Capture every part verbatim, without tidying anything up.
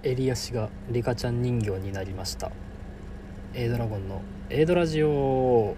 襟足がリカちゃん人形になりました。 A ドラゴンの A ドラジオ。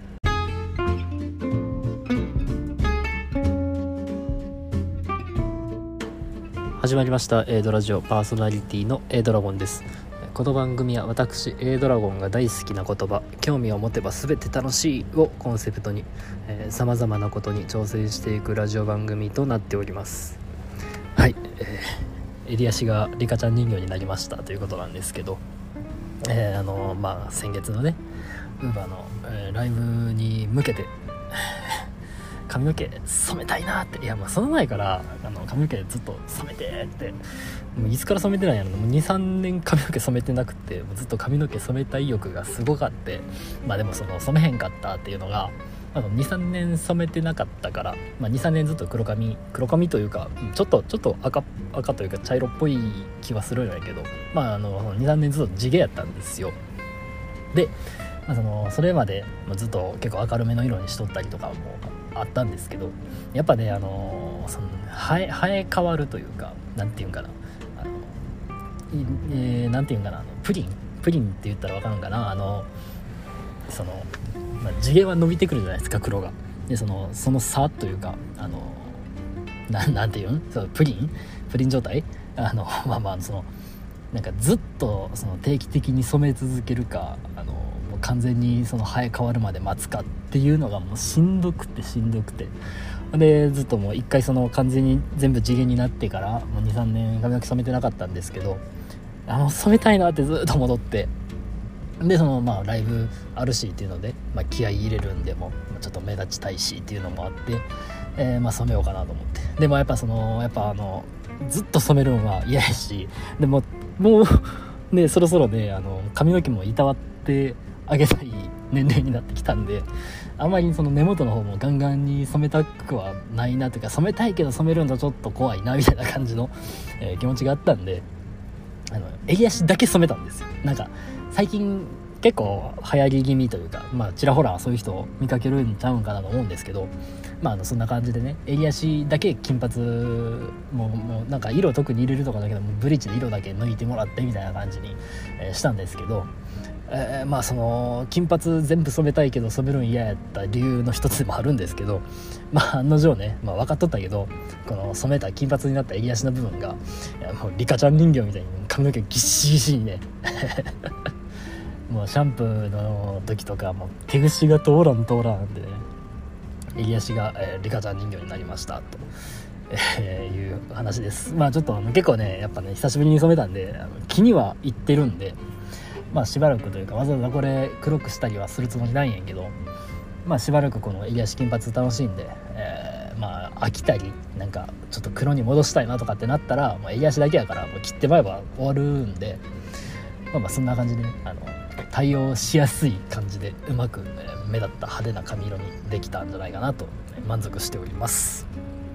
始まりました A ドラジオ、パーソナリティの A ドラゴンです。この番組は私 A ドラゴンが大好きな言葉、興味を持てば全て楽しいをコンセプトにさまざまなことに挑戦していくラジオ番組となっております。はい、えー、襟足がリカちゃん人形になりましたということなんですけど、えー、あのまあ先月のねウーバーの、えー、ライブに向けて髪の毛染めたいなって、いやまあその前からあの髪の毛ずっと染めてってもういつから染めてないんやろ、もう にさんねん髪の毛染めてなくて、もうずっと髪の毛染めたい欲がすごかって、まあでもその染めへんかったっていうのが、あの にさんねん染めてなかったから、まあ、にさんねんずっと黒髪黒髪というかちょっとちょっと赤赤というか茶色っぽい気はするんやけど、まああの にさんねんずっと地毛やったんですよ。で、まあ、そのそれまでずっと結構明るめの色にしとったりとかもあったんですけど、やっぱねあのその生え生え変わるというか、なんていうんかな、あの、えー、なんていうんかな、あのプリンプリンって言ったら分かるんかな、あのその、まあ、地毛は伸びてくるじゃないですか、黒が。でそのその差というか、あの な, なんていうんそのプリンプリン状態、あのまあまあそのなんかずっとその定期的に染め続けるか、あのもう完全にその生え変わるまで待つかっていうのがもうしんどくてしんどくて、でずっともう一回その完全に全部地毛になってからもう にさんねん髪の毛染めてなかったんですけど、あの染めたいなってずっと戻って、でそのまあライブあるしっていうので、まあ、気合い入れるんでもちょっと目立ちたいしっていうのもあって、えー、まあ染めようかなと思って、でもやっぱそのやっぱあのずっと染めるのは嫌やし、でももうねそろそろねあの髪の毛もいたわってあげたい年齢になってきたんで、あまりその根元の方もガンガンに染めたくはないなというか、染めたいけど染めるのちょっと怖いなみたいな感じの、えー、気持ちがあったんで、あの襟足だけ染めたんですよ。なんか最近結構流行り気味というか、まあちらほらそういう人を見かけるんちゃうんかなと思うんですけど、まああのそんな感じでね、襟足だけ金髪もうもうなんか色特に入れるとかだけどもブリーチで色だけ抜いてもらってみたいな感じに、えー、したんですけど、えー、まあその金髪全部染めたいけど染めるん嫌やった理由の一つでもあるんですけど、まあ案の定ね、まあ分かっとったけど、この染めた金髪になった襟足の部分がいやもうリカちゃん人形みたいに髪の毛ぎっしぎしにねもうシャンプーの時とかもう手ぐしが通らん通らんでね、襟足が、えー、リカちゃん人形になりましたと、えー、いう話です。まあちょっとあの結構ねやっぱね久しぶりに染めたんで、あの気には入ってるんで、まあしばらくというかわざわざこれ黒くしたりはするつもりないんやけど、まあしばらくこの襟足金髪楽しんで、えー、まあ飽きたりなんかちょっと黒に戻したいなとかってなったら、まあ、襟足だけやからもう切ってまえば終わるんで、まあまあそんな感じでね、あの対応しやすい感じでうまく目立った派手な髪色にできたんじゃないかなと満足しております。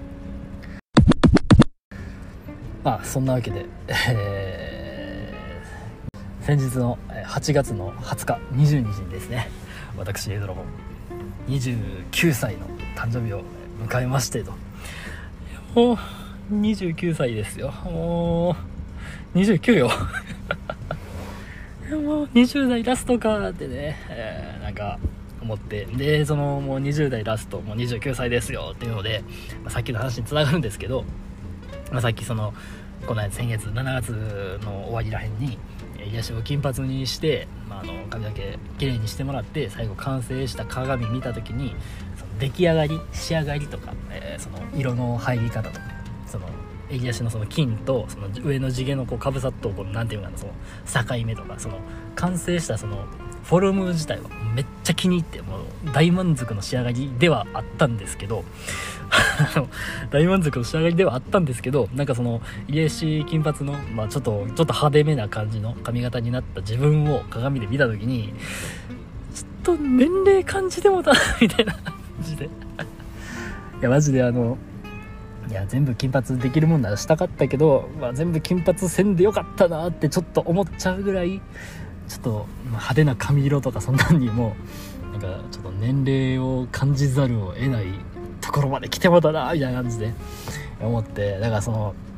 まあそんなわけで、えー、先日のはちがつのはつかにじゅうにじにですね、私エドラゴンにじゅうきゅうさいの誕生日を迎えましてと、もうにじゅうきゅうさいですよ、もうにじゅうきゅうよもうにじゅう代ラストかってね、えー、なんか思って、でそのもうにじゅう代ラストもうにじゅうきゅうさいですよっていうので、まあ、さっきの話につながるんですけど、まあ、さっきそのこの間先月しちがつの終わりらへんに襟足を金髪にして、まあ、あの髪の毛きれいにしてもらって最後完成した鏡見た時にその出来上がり仕上がりとか、えー、その色の入り方とかその襟足のその金とその上の地毛のこうかぶさっとこうなんていうかな、その境目とかその完成したそのフォルム自体はめっちゃ気に入ってもう大満足の仕上がりではあったんですけど大満足の仕上がりではあったんですけどなんかその襟足金髪の、まあ、ちょっとちょっと派手めな感じの髪型になった自分を鏡で見た時にちょっと年齢感じてもたみたいな感じでいやマジであのいや全部金髪できるもんならしたかったけど、まあ、全部金髪せんでよかったなってちょっと思っちゃうぐらいちょっと派手な髪色とかそんなんにもなんかちょっと年齢を感じざるを得ないところまで来てもらったなみたいな感じで思って、だからその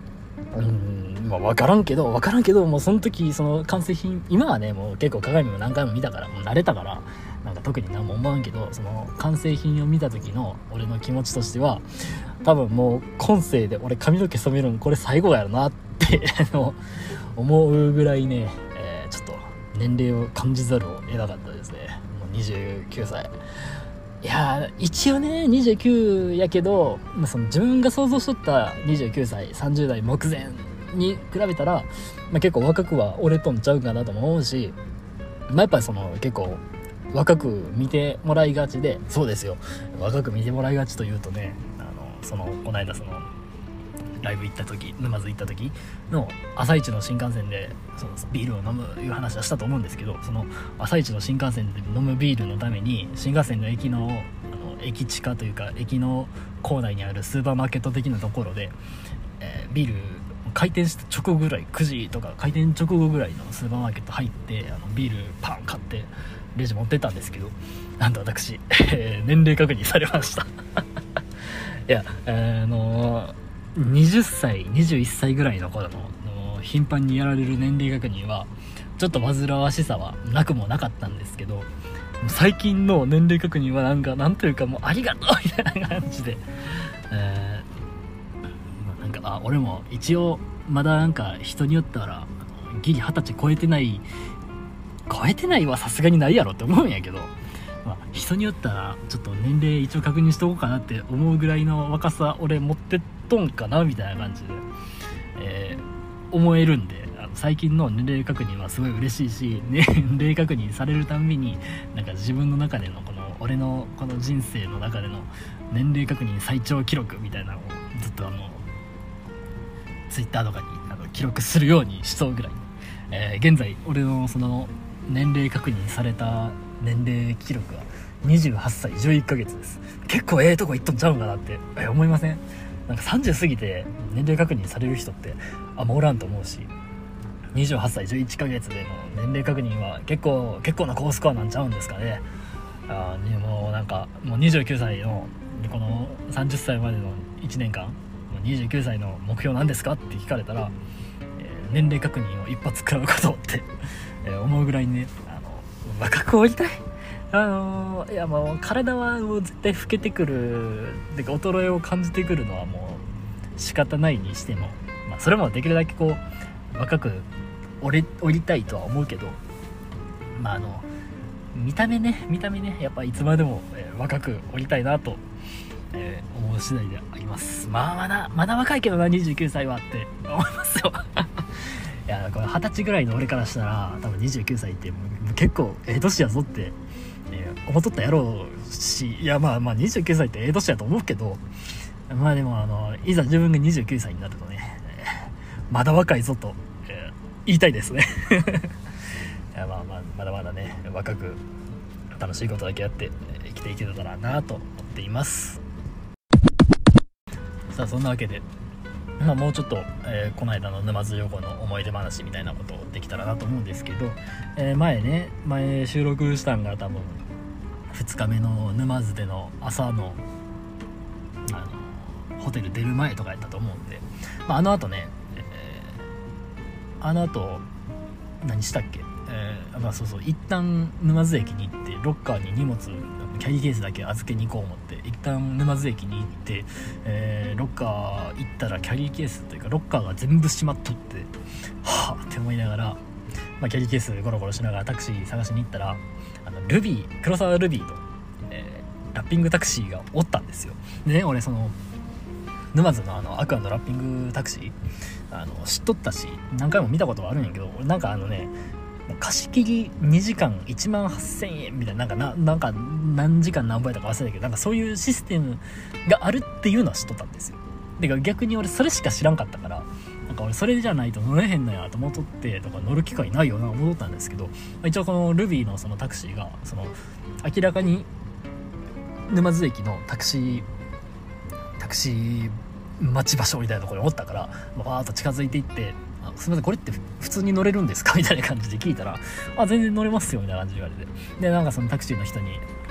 うんまあ分からんけど分からんけどもうその時その完成品、今はねもう結構鏡も何回も見たからもう慣れたからなんか特に何も思わんけど、その完成品を見た時の俺の気持ちとしては多分もう今世で俺髪の毛染めるんこれ最後やろなって思うぐらいね、えー、ちょっと年齢を感じざるを得なかったですね。もうにじゅうきゅうさい、いや一応ねにじゅうきゅうやけど、まあ、その自分が想像しとったにじゅうきゅうさいさんじゅう代目前に比べたら、まあ、結構若くは折れとんちゃうかなとも思うし、まあ、やっぱりその結構若く見てもらいがちで、そうですよ若く見てもらいがちというとね、あのそのこの間そのライブ行った時、沼津行った時の朝一の新幹線でそのビールを飲むいう話はしたと思うんですけど、その朝一の新幹線で飲むビールのために新幹線の駅の、あの駅地下というか駅の構内にあるスーパーマーケット的なところで、えー、ビール開店した直後ぐらいくじとか開店直後ぐらいのスーパーマーケット入ってあのビールパン買ってレジ持ってったんですけど、なんと私、えー、年齢確認されましたいや、えー、あのーにじゅっさいにじゅういっさいぐらいの頃のの頻繁にやられる年齢確認はちょっと煩わしさはなくもなかったんですけど、最近の年齢確認はなんかなんというかもうありがとうみたいな感じで、えー、なんかあ俺も一応まだなんか人によってはギリはたち超えてない超えてないはさすがにないやろって思うんやけど、まあ、人によってはちょっと年齢一応確認しとこうかなって思うぐらいの若さ俺持ってっとんかなみたいな感じで、えー、思えるんで、あの最近の年齢確認はすごい嬉しいし、年齢確認されるたんびになんか自分の中でのこの俺のこの人生の中での年齢確認最長記録みたいなのをずっとあのツイッターとかにあの記録するようにしそうぐらい、えー、現在俺のその年齢確認された年齢記録はにじゅうはっさいじゅういっかげつです。結構ええとこ行っとんちゃうんかなって、えー、思いません？なんかさんじゅう過ぎて年齢確認される人ってあんまおらんと思うし、にじゅうはっさいじゅういっかげつでの年齢確認は結構結構な高スコアなんちゃうんですかね。あーもうなんかもうにじゅうきゅうさいのこのさんじゅっさいまでのいちねんかんにじゅうきゅうさいの目標なんですかって聞かれたら、えー、年齢確認を一発食らうことってえー、思うぐらいにね、あの若くおりたい。あのー、いやもう体はもう絶対老けてくるでか衰えを感じてくるのはもう仕方ないにしても、まあ、それもできるだけこう若くおり、おりたいとは思うけど、まああの見た目ね見た目ねやっぱいつまでも、えー、若くおりたいなと、えー、思う次第であります。まあまだまだ若いけどなにじゅうきゅうさいはって思いますよいやこれはたちぐらいの俺からしたら多分にじゅうきゅうさいって結構ええ年やぞって、えー、思っとったやろうし、いやまあまあにじゅうきゅうさいってええ年やと思うけど、まあでもあのいざ自分がにじゅうきゅうさいになるとね、えー、まだ若いぞと、えー、言いたいですねいやまあまあまだまだね若く楽しいことだけやって生きていけたらなと思っています。さあそんなわけでまあ、もうちょっと、えー、この間の沼津旅行の思い出話みたいなことをできたらなと思うんですけど、えー、前ね前収録したんが多分ふつかめの沼津での朝の、あのホテル出る前とかやったと思うんで、まあ、あの後ね、えー、あの後何したっけ、えーまあ、そうそう一旦沼津駅に行ってロッカーに荷物キャリーケースだけ預けに行こう思って一旦沼津駅に行って、えー、ロッカー行ったらキャリーケースというかロッカーが全部閉まっとってはぁって思いながら、まあ、キャリーケースゴロゴロしながらタクシー探しに行ったらあのルビー黒沢ルビーの、えー、ラッピングタクシーがおったんですよ。でね俺その沼津のあのアクアのラッピングタクシーあの知っとったし何回も見たことはあるんやけど、俺なんかあのね貸し切りにじかんいちまんはっせんえんみたいな、なんかな、なんか何時間何倍とか忘れたけど、なんかそういうシステムがあるっていうのは知っとったんですよ。で逆に俺それしか知らんかったから、なんか俺それじゃないと乗れへんのやと思っとって、とか乗る機会ないよな思っとったんですけど、一応このルビーのそのタクシーがその明らかに沼津駅のタクシータクシー待ち場所みたいなところにおったから、バーッと近づいていって、あすみませんこれって普通に乗れるんですかみたいな感じで聞いたら、あ全然乗れますよみたいな感じで言われて、でなんかそのタクシーの人に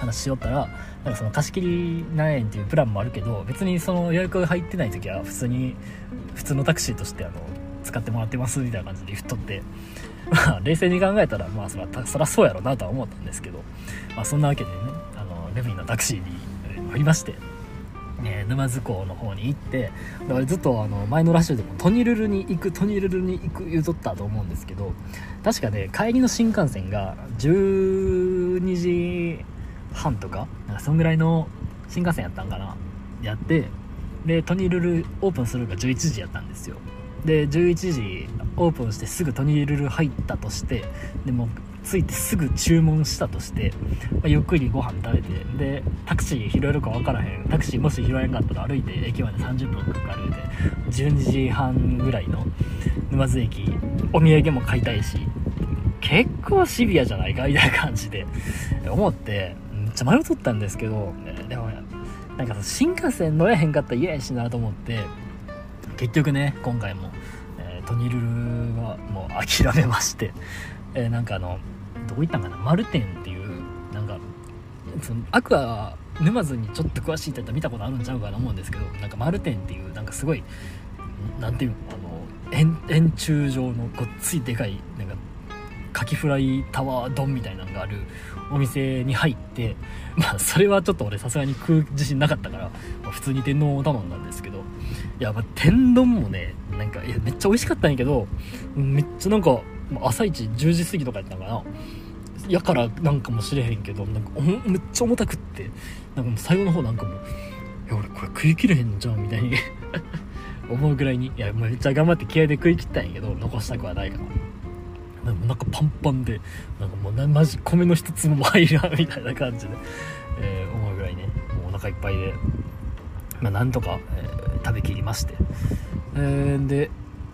話しよったら、なんかその貸し切り何円っていうプランもあるけど、別にその予約が入ってない時は普通に普通のタクシーとしてあの使ってもらってますみたいな感じで言っとって、まあ冷静に考えたらまあそらそらそうやろなとは思ったんですけど、まあそんなわけでね、あのレミのタクシーに乗りまして、えー、沼津港の方に行って、で俺ずっとあの前のラッシュでもトニルルに行くトニルルに行く言うとったと思うんですけど、確かね帰りの新幹線がじゅうにじはんとかなんかそんぐらいの新幹線やったんかなやって、でトニルルオープンするのがじゅういちじやったんですよ。でじゅういちじオープンしてすぐトニルル入ったとして、でも着いてすぐ注文したとして、まあ、ゆっくりご飯食べて、でタクシー拾えるか分からへん、タクシーもし拾えんかったら歩いて駅までさんじゅっぷんかかるでじゅうにじはんぐらいの沼津駅、お土産も買いたいし結構シビアじゃないかみたいな感じで思ってめっちゃ迷っとったんですけど、でもなんか新幹線乗れへんかったら嫌やしなと思って、結局ね今回も、えー、トニルルはもう諦めまして、えー、なんかあのどこ行ったんかな、マルテンっていうなんかそのアクア沼津にちょっと詳しいって言ったら見たことあるんちゃうかな思うんですけど、なんかマルテンっていうなんかすごいなんていうあの 円, 円柱状のごっついでかいなんかカキフライタワー丼みたいなのがあるお店に入って、まあそれはちょっと俺さすがに食う自信なかったから、まあ、普通に天丼を頼んだんですけど、いやまあ天丼もねなんかいやめっちゃ美味しかったんやけど、めっちゃなんか朝一じゅうじ過ぎとかやったのかな、やからなんかもしれへんけど、なんかめっちゃ重たくって、なんかもう最後の方なんかもういや俺これ食い切れへんじゃんみたいに思うぐらいに、いやめっちゃ頑張って気合で食い切ったんやけど残したくはないから、なんかなんかパンパンでなんかもうなマジ米の一粒も入らんみたいな感じで、えー、思うぐらいねもうお腹いっぱいで、まあ、なんとか、えー、食べきりまして、えー、で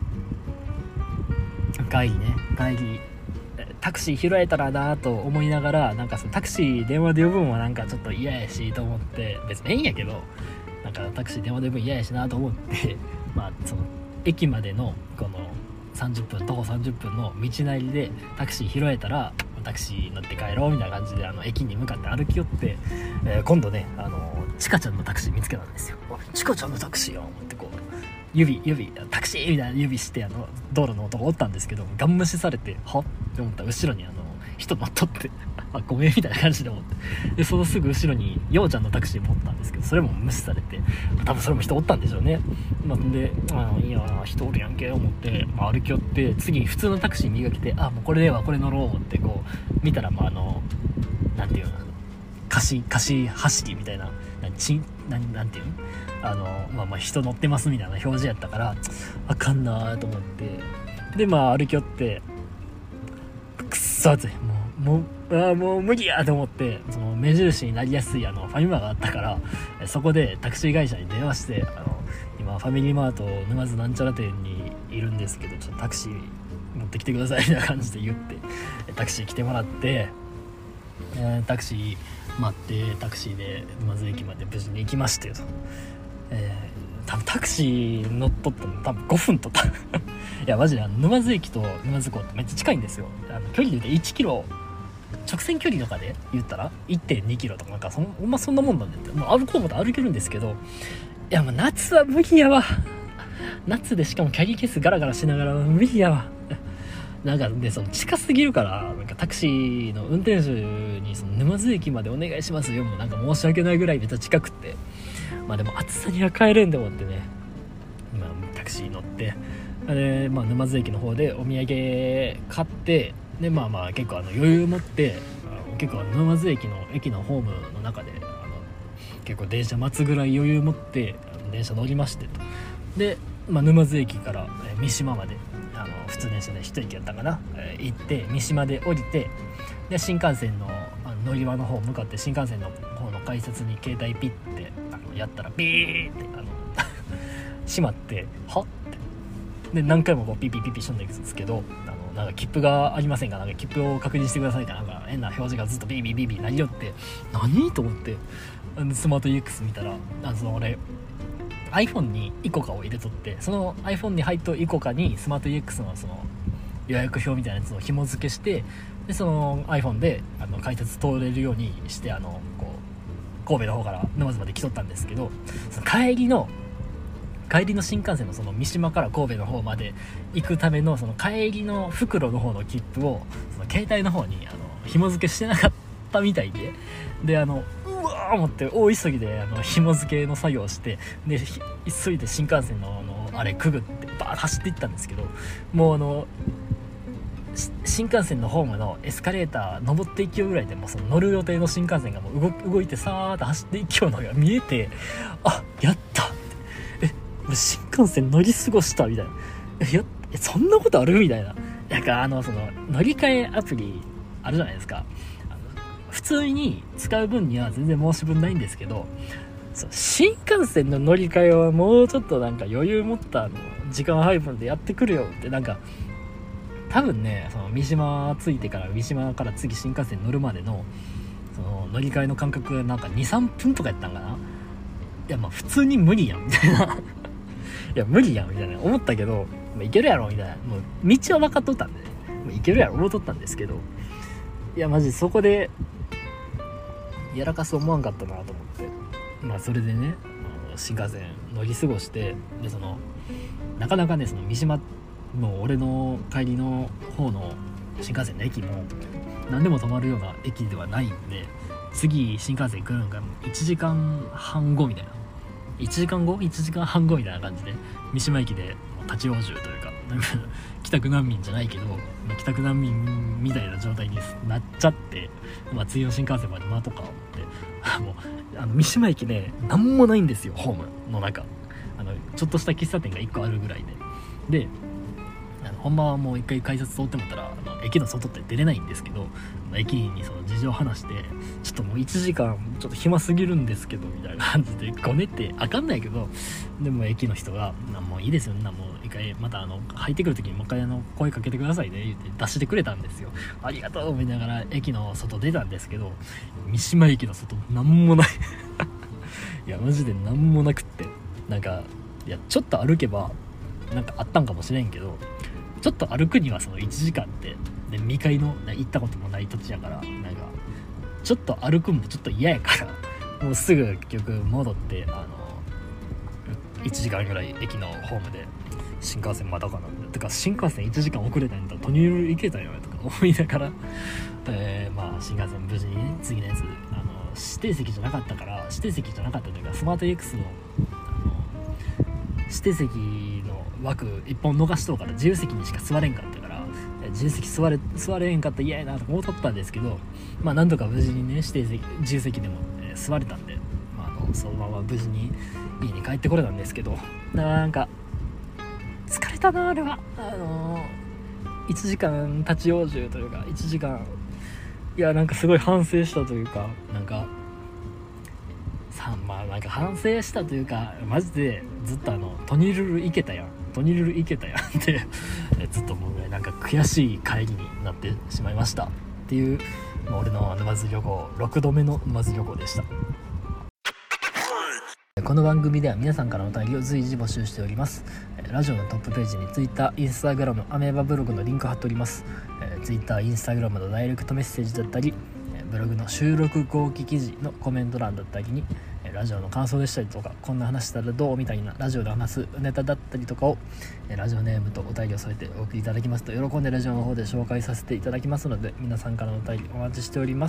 帰りね帰りタクシー拾えたらなと思いながら、なんかそのタクシー電話で呼ぶんはなんかちょっと嫌やしと思って、別にいいんやけどなんかタクシー電話で呼ぶん嫌やしなと思って、まあその駅までのこのさんじゅっぷん徒歩さんじゅっぷんの道なりでタクシー拾えたらタクシー乗って帰ろうみたいな感じであの駅に向かって歩き寄って、えー、今度ねあのチカちゃんのタクシー見つけたんですよ。チカちゃんのタクシーやんってこう指指タクシーみたいな指してあの道路の男おったんですけど、ガン無視されてはって思ったら後ろにあの人乗っとってあごめんみたいな感じで思って、でそのすぐ後ろにようちゃんのタクシーもおったんですけど、それも無視されて、多分それも人おったんでしょうね。なんであいいやな人おるやんけ思って、まあ、歩き寄って次普通のタクシー磨きて、あもうこれではこれ乗ろう思ってこう見たら、まああのなんていうの貸し貸し走りみたいななんちなんなんていうのあのまあまあ人乗ってますみたいな表示やったからあかんなと思って、でまあ歩き寄ってくっそ暑いもうもうあもう無理やと思って、その目印になりやすいあのファミマがあったから、そこでタクシー会社に電話して、あの今ファミリーマート沼津なんちゃら店にいるんですけどちょっとタクシー持ってきてくださいみたいな感じで言ってタクシー来てもらって、えー、タクシー待ってタクシーで沼津駅まで無事に行きましたよと、えー、多分タクシー乗っとったの多分ごふんとったいやマジで沼津駅と沼津港ってめっちゃ近いんですよ。あの距離で言うといちキロ直線距離とかで言ったら いってんにキロとかなんかそん、まあ、そんなもんなんで、もう歩こうもと歩けるんですけど、いやもう夏は無理やわ夏でしかもキャリーケースガラガラしながら無理やわなんかでその近すぎるからなんかタクシーの運転手にその沼津駅までお願いしますよもうなんか申し訳ないぐらいめっちゃ近くって、まあでも暑さには帰れんでもってね、まあ、タクシー乗ってで、まあ、沼津駅の方でお土産買って、でまあまあ結構あの余裕持ってあの結構沼津駅の駅のホームの中であの結構電車待つぐらい余裕持ってあの電車乗りましてと、で、まあ、沼津駅から、えー、三島まであの普通電車で一駅やったかな、えー、行って三島で降りて、で新幹線の、あの乗り場の方向かって新幹線の方の改札に携帯ピッてあのやったらビーってあの閉まってはってで何回もこうピピピピしとんですけど、あのなんか切符がありませんか、なんか切符を確認してくださいかなんか変な表示がずっとビービービービーなりよって、何と思ってスマート イーエックス 見たら、あのその俺 iPhone にイコカを入れとって、その iPhone に入っとイコカにスマート イーエックス のその予約表みたいなやつを紐付けして、でその iPhone であの改札通れるようにして、あのこ神戸の方から沼津まで来とったんですけど、その帰りの帰りの新幹線のその三島から神戸の方まで行くためのその帰りの袋の方の切符をその携帯の方にあの紐付けしてなかったみたいで、であのうわー思って大急ぎであの紐付けの作業をして、で急いで新幹線のあのあれくぐってバーッ走っていったんですけど、もうあの新幹線のホームのエスカレーター登っていきようぐらいでもうその乗る予定の新幹線がもう 動, 動いてさーっと走っていきようのが見えて、あやったって、え俺新幹線乗り過ごしたみたいな、えやえそんなことあるみたいな。なんかあのその乗り換えアプリあるじゃないですか。あの普通に使う分には全然申し分ないんですけど、そう新幹線の乗り換えはもうちょっとなんか余裕持ったあの時間配分でやってくるよって。なんか多分ね、その三島着いてから三島から次新幹線乗るまでのその乗り換えの間隔がなんか にさんぷんとかやったんかな。いやまあ普通に無理やんみたいないや無理やんみたいな思ったけど、まあ、いけるやろみたいな、もう道は分かっとったんでね、もういけるやろ思っとったんですけど、いやマジそこでやらかす思わんかったなと思って、まあそれでね新幹線乗り過ごして、でそのなかなかねその三島もう俺の帰りの方の新幹線の駅も何でも止まるような駅ではないんで、次新幹線来るのがいちじかんはんごみたいな、いちじかんご ?いち 時間半後みたいな感じで三島駅で立ち往生というか帰宅難民じゃないけど帰宅難民みたいな状態になっちゃって、まあ、次の新幹線まで待とうか思ってもうあの三島駅ね何もないんですよ、ホームの中。あのちょっとした喫茶店がいっこあるぐらいで、であのほんまはもう一回改札通ってもらったらあの駅の外って出れないんですけど、駅にその事情を話して、ちょっともういちじかんちょっと暇すぎるんですけどみたいな感じでごねってあかんないけど、でも駅の人がもういいですよ、なもう一回またあの入ってくる時にもう一回あの声かけてくださいね言って出してくれたんですよ。ありがとう思いながら駅の外出たんですけど、三島駅の外なんもないいやマジでなんもなくって、なんかいやちょっと歩けばなんかあったんかもしれんけど、ちょっと歩くにはそのいちじかんってで未開の行ったこともない土地やから、なんかちょっと歩くんもちょっと嫌やからもうすぐ結局戻ってあのいちじかんぐらい駅のホームで新幹線まだかなとか、新幹線いちじかん遅れたんだったらトニール行けたよとか思いながら、えー、まあ新幹線無事にね次のやつあの指定席じゃなかったから指定席じゃなかったというかスマート エックス の指定席の枠いっぽん逃しとうから自由席にしか座れんかったから、自由席座れ座れんかったら嫌やなと思っとったんですけど、まあなんとか無事にね指定席自由席でも、えー、座れたんで、まあ、あのそのまま無事に家に帰ってこれたんですけど、なんか疲れたなあれは。あのー、いちじかん立ち往生というかいちじかん、いやなんかすごい反省したというか、なんかさまあなんか反省したというか、マジでずっとあのトニルル行けたやんトニルル行けたやんってずっと思うぐらいなんか悔しい帰りになってしまいましたっていう、まあ、俺の沼津旅行ろくどめの沼津旅行でした。この番組では皆さんからのお便りを随時募集しております。ラジオのトップページに Twitter、Instagram、アメーバブログのリンク貼っております。Twitter、Instagram のダイレクトメッセージだったり、ブログの収録後期記事のコメント欄だったりにラジオの感想でしたりとか、こんな話したらどうみたいなラジオで話すネタだったりとかをラジオネームとお便りを添えてお送りいただきますと喜んでラジオの方で紹介させていただきますので、皆さんからのお便りお待ちしております。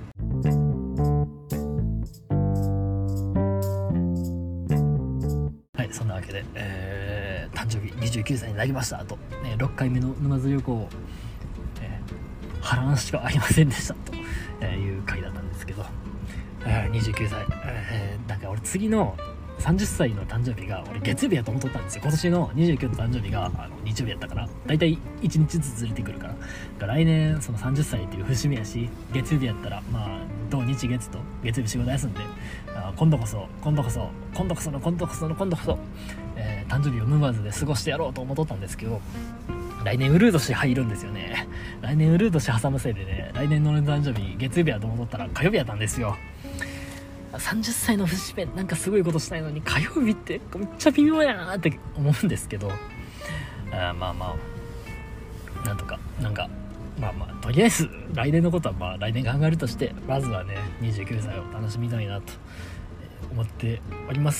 はい、そんなわけで、えー、誕生日にじゅうきゅうさいになりましたと、ね、ろっかいめの沼津旅行を、えー、波乱しかありませんでしたという回だったんですけど、えー、にじゅうきゅうさい、えー、なんか俺次のさんじゅっさいの誕生日が俺月曜日やと思っとったんですよ。今年のにじゅうきゅうの誕生日があの日曜日やったから、だいたいいちにちずつずれてくるから、から来年そのさんじゅっさいっていう節目やし、月曜日やったらまあ土日月と月曜日仕事休んで、あ今度こそ今度こそ今度こその今度こその今度こそ、えー、誕生日を沼津で過ごしてやろうと思っとったんですけど、来年ウルー年入るんですよね。来年ウルー年挟むせいでね、来年の誕生日月曜日やと思ったら火曜日やったんですよ。さんじゅっさいの節目なんかすごいことしたいのに火曜日ってめっちゃ微妙やなって思うんですけど、あまあまあなんとかなんかまあまあとりあえず来年のことはまあ来年考えるとして、まずはねにじゅうきゅうさいを楽しみたいなと思っております。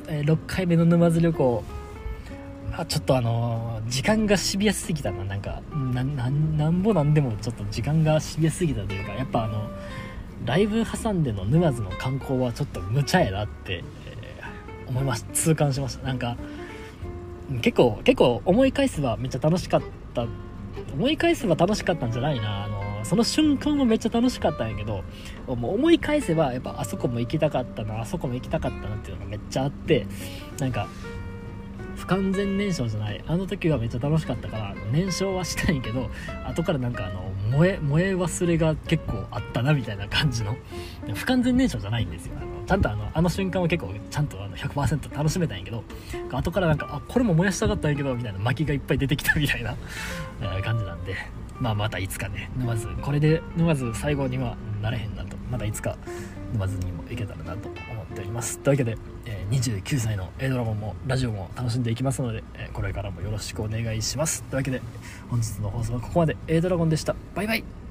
えー、ろっかいめの沼津旅行、まあ、ちょっとあのー、時間がシビアすぎたな。なんかなななんぼなんでもちょっと時間がシビアすぎたというか、やっぱあのライブ挟んでの沼津の観光はちょっと無茶やなって、えー、思いました。痛感しました。なんか結構結構思い返せばめっちゃ楽しかった思い返せば楽しかったんじゃないな。あのその瞬間はめっちゃ楽しかったんやけど、もう思い返せばやっぱあそこも行きたかったなあそこも行きたかったなっていうのがめっちゃあって、なんか不完全燃焼じゃない、あの時はめっちゃ楽しかったから燃焼はしたいけど、後からなんかあの燃え燃え忘れが結構あったなみたいな感じの、不完全燃焼じゃないんですよ。あのちゃんとあのあの瞬間は結構ちゃんとあの ひゃくパーセント 楽しめたんやけど、後からなんかあこれも燃やしたかったんやけどみたいな薪がいっぱい出てきたみたいな感じなんで、まあまたいつかね沼津、これで沼津最後にはなれへんなと、またいつか沼津にも行けたらなと思っております。というわけで、えー、にじゅうきゅうさいの A ドラゴンもラジオも楽しんでいきますので、えー、これからもよろしくお願いします。というわけで本日の放送はここまで。 A ドラゴンでした。バイバイ。